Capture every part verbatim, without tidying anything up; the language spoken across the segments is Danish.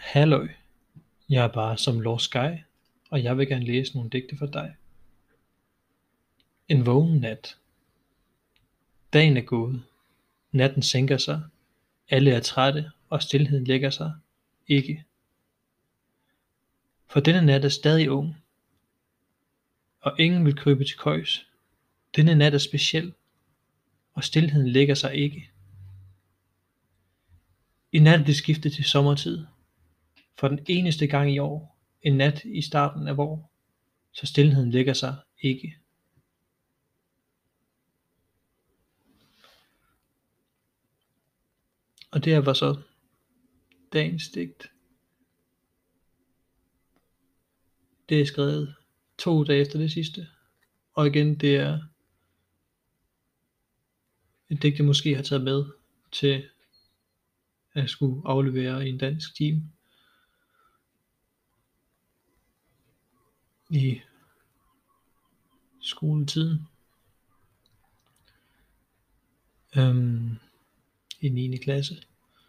Halløj, jeg er bare som Lord Sky, og jeg vil gerne læse nogle digte for dig. En vågen nat. Dagen er gået. Natten sænker sig. Alle er trætte, og stilheden lægger sig. Ikke. For denne nat er stadig ung, og ingen vil krybe til køjs. Denne nat er speciel, og stilheden lægger sig ikke. I nat er det skiftet til sommertid. For den eneste gang i år, en nat i starten af vår, så stilheden lægger sig ikke. Og det her var så dagens digt. Det er skrevet to dage efter det sidste. Og igen, det er et digt, jeg måske har taget med til at skulle aflevere i en dansk time i skoletiden. Øhm, I niende klasse.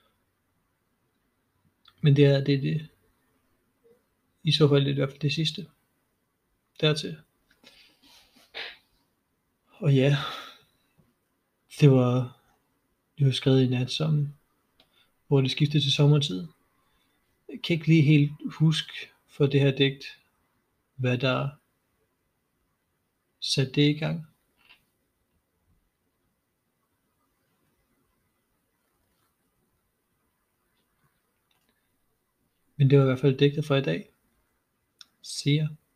Men det er det, det i så fald det er i hvert fald det sidste dertil. Og ja, det var det var skrevet i nat, som hvor det skiftede til sommertid. Jeg kan ikke lige helt huske for det her digt, hvad der satte det i gang. Men det var i hvert fald digtet for i dag. See ya.